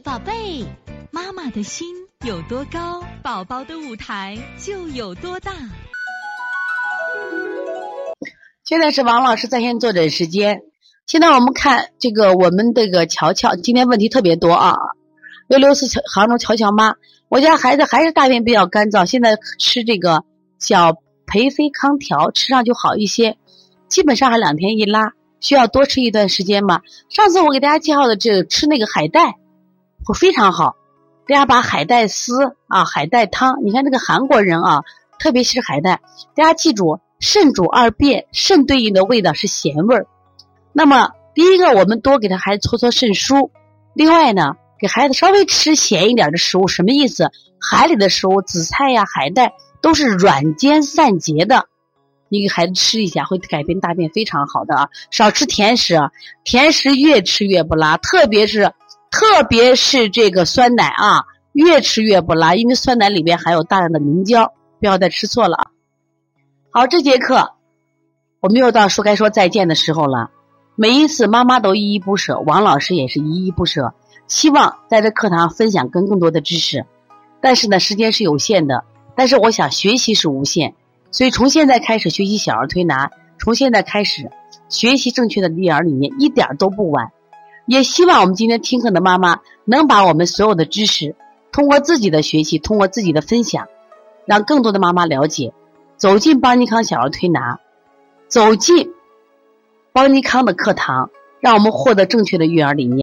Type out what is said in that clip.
宝贝，妈妈的心有多高，宝宝的舞台就有多大。 现在是王老师在线坐诊时间。现在我们看这个我们这个乔乔，今天问题特别多啊。664杭州乔乔妈，我家孩子还是大便比较干燥，现在吃这个小培菲康条，吃上就好一些，基本上还2天一拉，需要多吃一段时间嘛。上次我给大家介绍的这吃那个海带会非常好，大家把海带丝啊，海带汤，你看这个韩国人啊，特别是海带，大家记住，肾主二便，肾对应的味道是咸味儿。那么第一个，我们多给他孩子搓搓肾腧。另外呢，给孩子稍微吃咸一点的食物，什么意思？海里的食物，紫菜呀、海带都是软坚散结的，你给孩子吃一下，会改变大便非常好的啊。少吃甜食啊，甜食越吃越不拉，特别是这个酸奶啊，越吃越不拉，因为酸奶里面含有大量的明胶，不要再吃错了啊。好，这节课我们又到该说再见的时候了。每一次妈妈都依依不舍，王老师也是依依不舍，希望在这课堂分享更多的知识。但是呢，时间是有限的，但是我想学习是无限，所以从现在开始学习小儿推拿，从现在开始学习正确的育儿理念，一点都不晚。也希望我们今天听课的妈妈能把我们所有的知识通过自己的学习，通过自己的分享，让更多的妈妈了解，走进邦尼康小儿推拿，走进邦尼康的课堂，让我们获得正确的育儿理念。